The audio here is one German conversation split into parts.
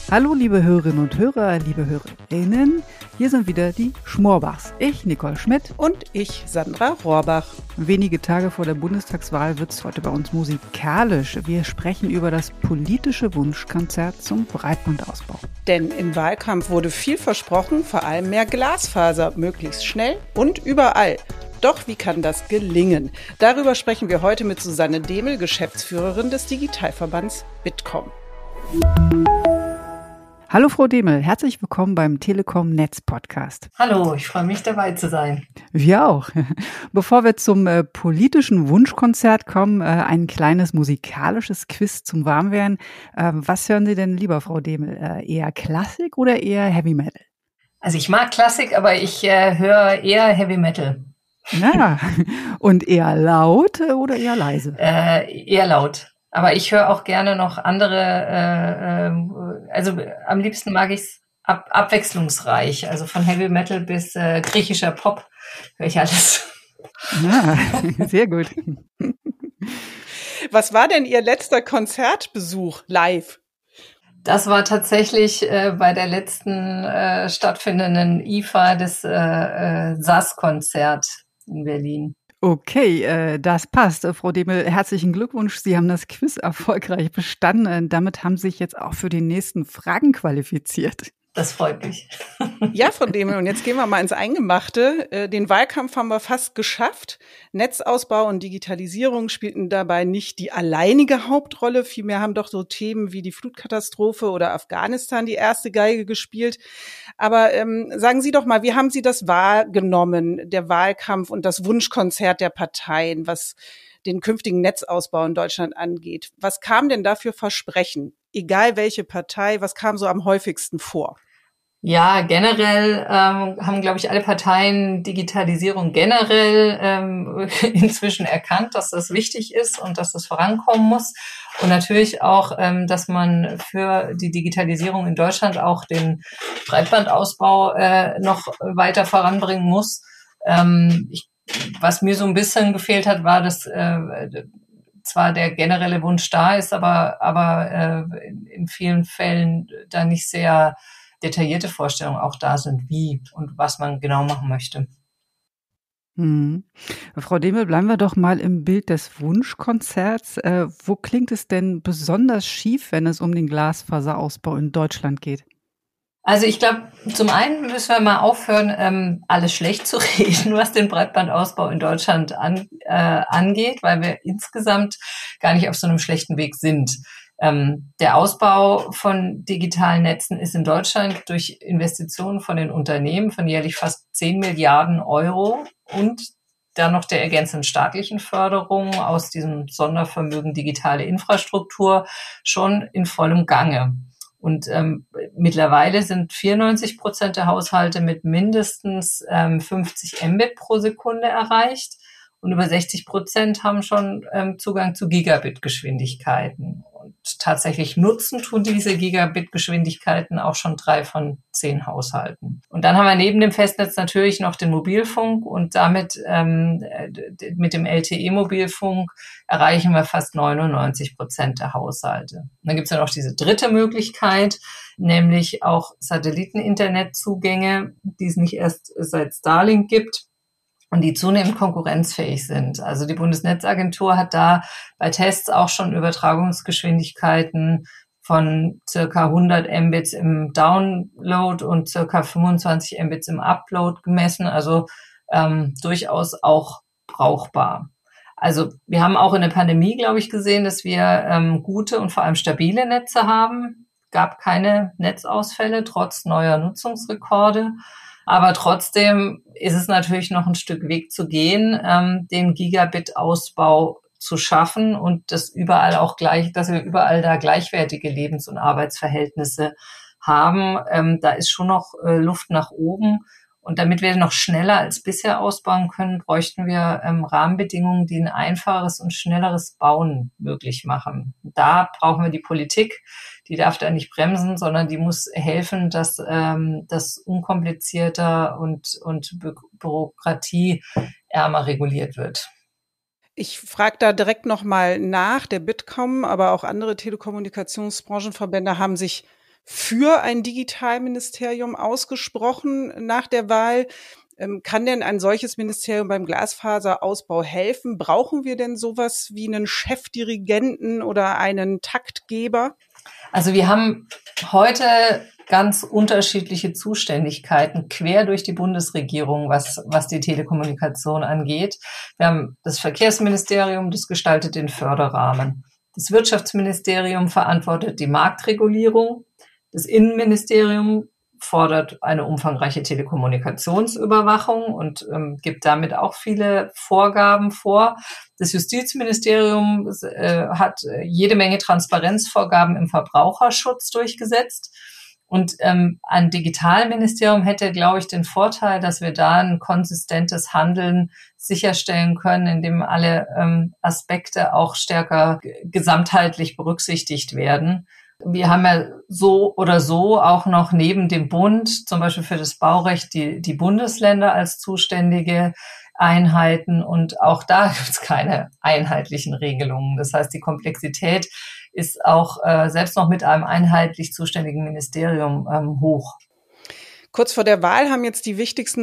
Hallo liebe Hörerinnen und Hörer, liebe Hörerinnen, hier sind wieder die Schmorbachs. Ich, Nicole Schmidt. Und ich, Sandra Rohrbach. Wenige Tage vor der Bundestagswahl wird es heute bei uns musikalisch. Wir sprechen über das politische Wunschkonzert zum Breitbandausbau. Denn im Wahlkampf wurde viel versprochen, vor allem mehr Glasfaser, möglichst schnell und überall. Doch wie kann das gelingen? Darüber sprechen wir heute mit Susanne Demel, Geschäftsführerin des Digitalverbands Bitkom. Hallo Frau Demel, herzlich willkommen beim Telekom Netz Podcast. Hallo, ich freue mich dabei zu sein. Wir auch. Bevor wir zum politischen Wunschkonzert kommen, ein kleines musikalisches Quiz zum Warmwerden. Was hören Sie denn lieber, Frau Demel? Eher Klassik oder eher Heavy Metal? Also ich mag Klassik, aber ich höre eher Heavy Metal. Ja, und eher laut oder eher leise? Eher laut. Aber ich höre auch gerne noch andere, also am liebsten mag ich es abwechslungsreich. Also von Heavy Metal bis griechischer Pop höre ich alles. Ja, sehr gut. Was war denn Ihr letzter Konzertbesuch live? Das war tatsächlich bei der letzten stattfindenden IFA das SAS-Konzert in Berlin. Okay, das passt. Frau Demel, herzlichen Glückwunsch. Sie haben das Quiz erfolgreich bestanden. Damit haben Sie sich jetzt auch für die nächsten Fragen qualifiziert. Das freut mich. Ja, Frau Demel, und jetzt gehen wir mal ins Eingemachte. Den Wahlkampf haben wir fast geschafft. Netzausbau und Digitalisierung spielten dabei nicht die alleinige Hauptrolle. Vielmehr haben doch so Themen wie die Flutkatastrophe oder Afghanistan die erste Geige gespielt. Aber sagen Sie doch mal, wie haben Sie das wahrgenommen, der Wahlkampf und das Wunschkonzert der Parteien, was den künftigen Netzausbau in Deutschland angeht? Was kam denn da für Versprechen? Egal welche Partei, was kam so am häufigsten vor? Ja, generell haben, glaube ich, alle Parteien Digitalisierung generell inzwischen erkannt, dass das wichtig ist und dass das vorankommen muss. Und natürlich auch, dass man für die Digitalisierung in Deutschland auch den Breitbandausbau noch weiter voranbringen muss. Was mir so ein bisschen gefehlt hat, war, dass zwar der generelle Wunsch da ist, aber in vielen Fällen da nicht sehr detaillierte Vorstellungen auch da sind, wie und was man genau machen möchte. Frau Demel, bleiben wir doch mal im Bild des Wunschkonzerts. Wo klingt es denn besonders schief, wenn es um den Glasfaserausbau in Deutschland geht? Also ich glaube, zum einen müssen wir mal aufhören, alles schlecht zu reden, was den Breitbandausbau in Deutschland angeht, weil wir insgesamt gar nicht auf so einem schlechten Weg sind. Der Ausbau von digitalen Netzen ist in Deutschland durch Investitionen von den Unternehmen von jährlich fast 10 Milliarden Euro und dann noch der ergänzenden staatlichen Förderung aus diesem Sondervermögen digitale Infrastruktur schon in vollem Gange. Und mittlerweile sind 94% der Haushalte mit mindestens 50 Mbit pro Sekunde erreicht und über 60% haben schon Zugang zu Gigabit-Geschwindigkeiten. Und tatsächlich nutzen tun diese Gigabit-Geschwindigkeiten auch schon 3 von 10 Haushalten. Und dann haben wir neben dem Festnetz natürlich noch den Mobilfunk und damit mit dem LTE-Mobilfunk erreichen wir fast 99% der Haushalte. Und dann gibt es ja noch diese dritte Möglichkeit, nämlich auch Satelliten-Internetzugänge, die es nicht erst seit Starlink gibt und die zunehmend konkurrenzfähig sind. Also die Bundesnetzagentur hat da bei Tests auch schon Übertragungsgeschwindigkeiten von circa 100 Mbits im Download und circa 25 Mbits im Upload gemessen, also durchaus auch brauchbar. Also wir haben auch in der Pandemie, glaube ich, gesehen, dass wir gute und vor allem stabile Netze haben. Gab keine Netzausfälle, trotz neuer Nutzungsrekorde. Aber trotzdem ist es natürlich noch ein Stück Weg zu gehen, den Gigabit-Ausbau zu schaffen und dass wir überall da gleichwertige Lebens- und Arbeitsverhältnisse haben. Da ist schon noch Luft nach oben. Und damit wir noch schneller als bisher ausbauen können, bräuchten wir Rahmenbedingungen, die ein einfacheres und schnelleres Bauen möglich machen. Da brauchen wir die Politik. Die darf da nicht bremsen, sondern die muss helfen, dass das unkomplizierter und bürokratieärmer reguliert wird. Ich frage da direkt nochmal nach. Der Bitkom, aber auch andere Telekommunikationsbranchenverbände haben sich für ein Digitalministerium ausgesprochen nach der Wahl. Kann denn ein solches Ministerium beim Glasfaserausbau helfen? Brauchen wir denn sowas wie einen Chefdirigenten oder einen Taktgeber? Also wir haben heute ganz unterschiedliche Zuständigkeiten quer durch die Bundesregierung, was die Telekommunikation angeht. Wir haben das Verkehrsministerium, das gestaltet den Förderrahmen. Das Wirtschaftsministerium verantwortet die Marktregulierung. Das Innenministerium fordert eine umfangreiche Telekommunikationsüberwachung und gibt damit auch viele Vorgaben vor. Das Justizministerium hat jede Menge Transparenzvorgaben im Verbraucherschutz durchgesetzt. Und ein Digitalministerium hätte, glaube ich, den Vorteil, dass wir da ein konsistentes Handeln sicherstellen können, indem alle Aspekte auch stärker gesamtheitlich berücksichtigt werden. Wir haben ja so oder so auch noch neben dem Bund, zum Beispiel für das Baurecht, die Bundesländer als zuständige Einheiten. Und auch da gibt es keine einheitlichen Regelungen. Das heißt, die Komplexität ist auch selbst noch mit einem einheitlich zuständigen Ministerium hoch. Kurz vor der Wahl haben jetzt die wichtigsten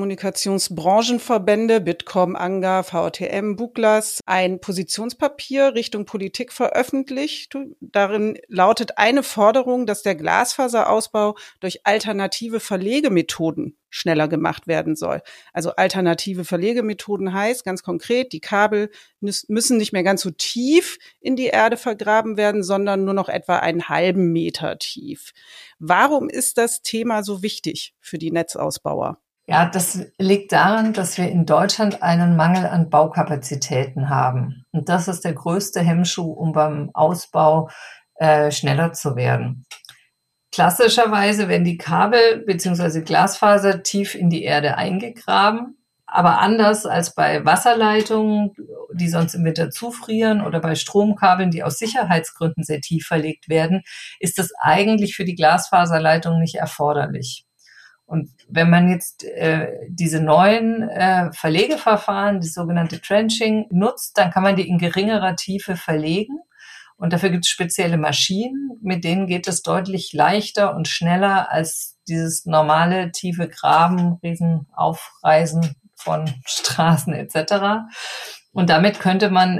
Telekommunikationsbranchenverbände, Bitkom, ANGA, VTM, Buglas, ein Positionspapier Richtung Politik veröffentlicht. Darin lautet eine Forderung, dass der Glasfaserausbau durch alternative Verlegemethoden schneller gemacht werden soll. Also alternative Verlegemethoden heißt ganz konkret, die Kabel müssen nicht mehr ganz so tief in die Erde vergraben werden, sondern nur noch etwa einen halben Meter tief. Warum ist das Thema so wichtig für die Netzausbauer? Ja, das liegt daran, dass wir in Deutschland einen Mangel an Baukapazitäten haben. Und das ist der größte Hemmschuh, um beim Ausbau schneller zu werden. Klassischerweise werden die Kabel bzw. Glasfaser tief in die Erde eingegraben, aber anders als bei Wasserleitungen, die sonst im Winter zufrieren, oder bei Stromkabeln, die aus Sicherheitsgründen sehr tief verlegt werden, ist das eigentlich für die Glasfaserleitung nicht erforderlich. Und wenn man jetzt diese neuen Verlegeverfahren, das sogenannte Trenching, nutzt, dann kann man die in geringerer Tiefe verlegen. Und dafür gibt es spezielle Maschinen, mit denen geht es deutlich leichter und schneller als dieses normale tiefe Graben, Riesenaufreißen von Straßen etc. Und damit könnte man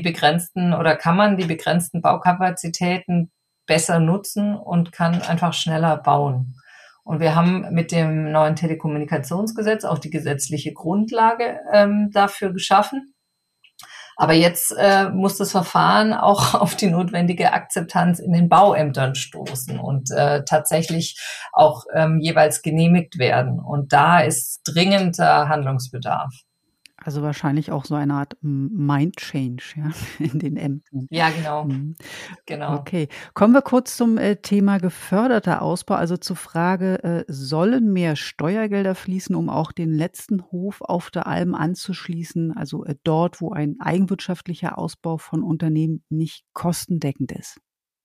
kann man die begrenzten Baukapazitäten besser nutzen und kann einfach schneller bauen. Und wir haben mit dem neuen Telekommunikationsgesetz auch die gesetzliche Grundlage dafür geschaffen. Aber jetzt muss das Verfahren auch auf die notwendige Akzeptanz in den Bauämtern stoßen und tatsächlich auch jeweils genehmigt werden. Und da ist dringender Handlungsbedarf. Also wahrscheinlich auch so eine Art Mind-Change, ja, in den Ämtern. Ja, genau. Genau. Okay. Kommen wir kurz zum Thema geförderter Ausbau, also zur Frage, sollen mehr Steuergelder fließen, um auch den letzten Hof auf der Alm anzuschließen, also dort, wo ein eigenwirtschaftlicher Ausbau von Unternehmen nicht kostendeckend ist?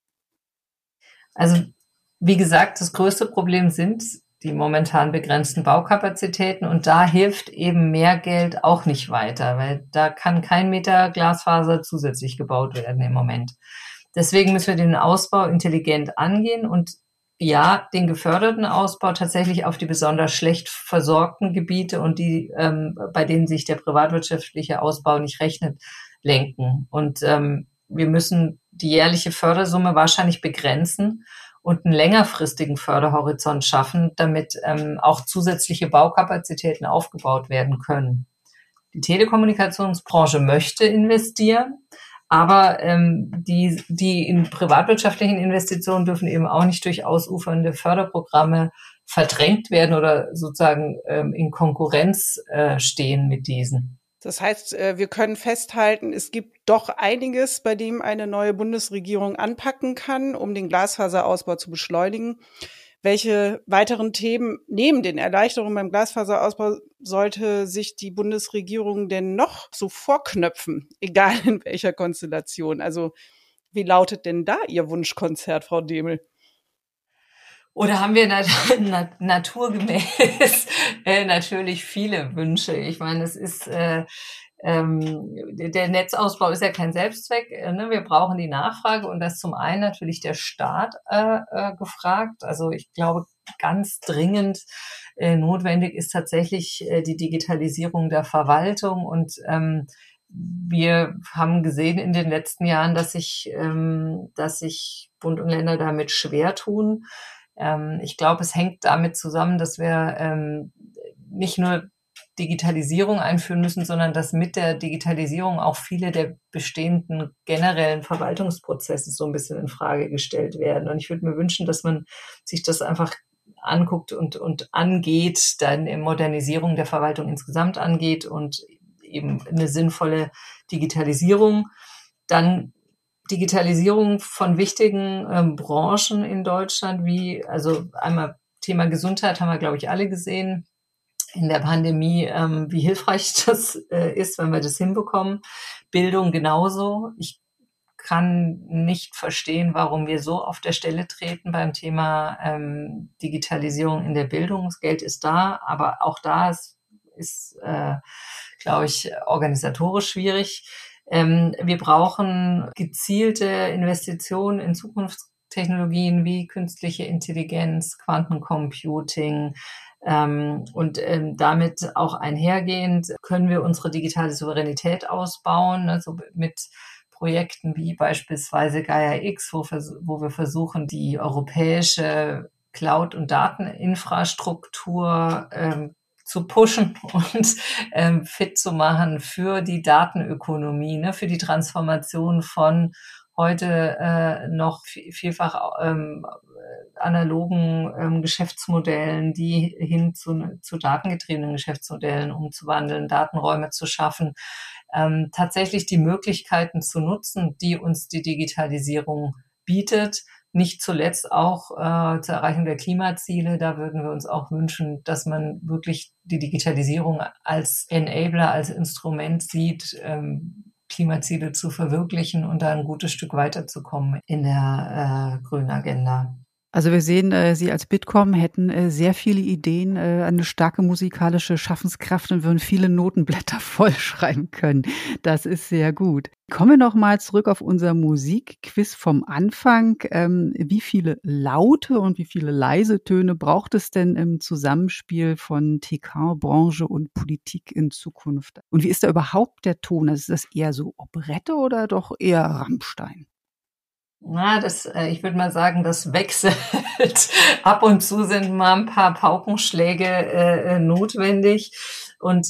Also, wie gesagt, das größte Problem sind die momentan begrenzten Baukapazitäten. Und da hilft eben mehr Geld auch nicht weiter, weil da kann kein Meter Glasfaser zusätzlich gebaut werden im Moment. Deswegen müssen wir den Ausbau intelligent angehen und ja, den geförderten Ausbau tatsächlich auf die besonders schlecht versorgten Gebiete und die, bei denen sich der privatwirtschaftliche Ausbau nicht rechnet, lenken. Und wir müssen die jährliche Fördersumme wahrscheinlich begrenzen und einen längerfristigen Förderhorizont schaffen, damit auch zusätzliche Baukapazitäten aufgebaut werden können. Die Telekommunikationsbranche möchte investieren, aber die in privatwirtschaftlichen Investitionen dürfen eben auch nicht durch ausufernde Förderprogramme verdrängt werden oder sozusagen in Konkurrenz stehen mit diesen. Das heißt, wir können festhalten, es gibt doch einiges, bei dem eine neue Bundesregierung anpacken kann, um den Glasfaserausbau zu beschleunigen. Welche weiteren Themen neben den Erleichterungen beim Glasfaserausbau sollte sich die Bundesregierung denn noch so vorknöpfen, egal in welcher Konstellation? Also wie lautet denn da Ihr Wunschkonzert, Frau Demel? Oder haben wir naturgemäß natürlich viele Wünsche? Ich meine, es ist der Netzausbau ist ja kein Selbstzweck. Ne? Wir brauchen die Nachfrage und das zum einen natürlich der Staat gefragt. Also ich glaube, ganz dringend notwendig ist tatsächlich die Digitalisierung der Verwaltung und wir haben gesehen in den letzten Jahren, dass sich Bund und Länder damit schwer tun. Ich glaube, es hängt damit zusammen, dass wir nicht nur Digitalisierung einführen müssen, sondern dass mit der Digitalisierung auch viele der bestehenden generellen Verwaltungsprozesse so ein bisschen in Frage gestellt werden. Und ich würde mir wünschen, dass man sich das einfach anguckt und angeht, dann in Modernisierung der Verwaltung insgesamt angeht und eben eine sinnvolle Digitalisierung. Dann Digitalisierung von wichtigen Branchen in Deutschland, wie, also einmal Thema Gesundheit haben wir, glaube ich, alle gesehen in der Pandemie, wie hilfreich das ist, wenn wir das hinbekommen. Bildung genauso. Ich kann nicht verstehen, warum wir so auf der Stelle treten beim Thema Digitalisierung in der Bildung. Das Geld ist da, aber auch da ist glaube ich, organisatorisch schwierig. Wir brauchen gezielte Investitionen in Zukunftstechnologien wie künstliche Intelligenz, Quantencomputing, und damit auch einhergehend können wir unsere digitale Souveränität ausbauen, also mit Projekten wie beispielsweise Gaia-X, wo wir versuchen, die europäische Cloud- und Dateninfrastruktur zu pushen und fit zu machen für die Datenökonomie, ne, für die Transformation von heute noch vielfach analogen Geschäftsmodellen, die hin zu datengetriebenen Geschäftsmodellen umzuwandeln, Datenräume zu schaffen, tatsächlich die Möglichkeiten zu nutzen, die uns die Digitalisierung bietet. Nicht zuletzt auch zur Erreichung der Klimaziele. Da würden wir uns auch wünschen, dass man wirklich die Digitalisierung als Enabler, als Instrument sieht, Klimaziele zu verwirklichen und da ein gutes Stück weiterzukommen in der grünen Agenda. Also wir sehen, Sie als Bitkom hätten sehr viele Ideen, eine starke musikalische Schaffenskraft und würden viele Notenblätter vollschreiben können. Das ist sehr gut. Kommen wir noch mal zurück auf unser Musikquiz vom Anfang. Wie viele laute und wie viele leise Töne braucht es denn im Zusammenspiel von TK, Branche und Politik in Zukunft? Und wie ist da überhaupt der Ton? Also ist das eher so Operette oder doch eher Rammstein? Na, ich würde mal sagen, das wechselt. Ab und zu sind mal ein paar Paukenschläge notwendig und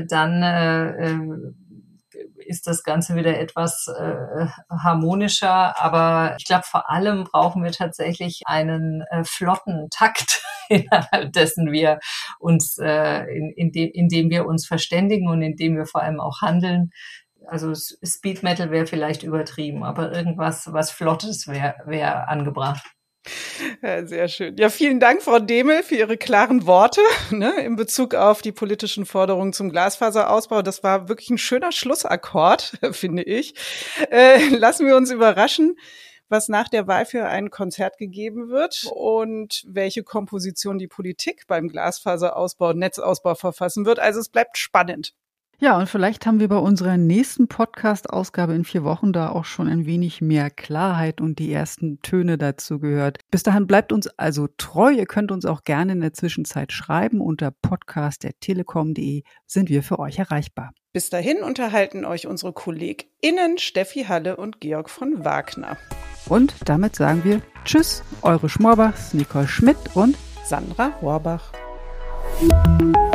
dann ist das Ganze wieder etwas harmonischer. Aber ich glaube, vor allem brauchen wir tatsächlich einen flotten Takt, innerhalb dessen wir uns, in dem wir uns verständigen und in dem wir vor allem auch handeln. Also Speed Metal wäre vielleicht übertrieben, aber irgendwas, was Flottes wäre angebracht. Ja, sehr schön. Ja, vielen Dank, Frau Demel, für Ihre klaren Worte in Bezug auf die politischen Forderungen zum Glasfaserausbau. Das war wirklich ein schöner Schlussakkord, finde ich. Lassen wir uns überraschen, was nach der Wahl für ein Konzert gegeben wird und welche Komposition die Politik beim Glasfaserausbau und Netzausbau verfassen wird. Also es bleibt spannend. Ja, und vielleicht haben wir bei unserer nächsten Podcast-Ausgabe in 4 Wochen da auch schon ein wenig mehr Klarheit und die ersten Töne dazu gehört. Bis dahin bleibt uns also treu. Ihr könnt uns auch gerne in der Zwischenzeit schreiben. Unter podcast@telekom.de sind wir für euch erreichbar. Bis dahin unterhalten euch unsere KollegInnen Steffi Halle und Georg von Wagner. Und damit sagen wir Tschüss, eure Schmorbachs, Nicole Schmidt und Sandra Rohrbach.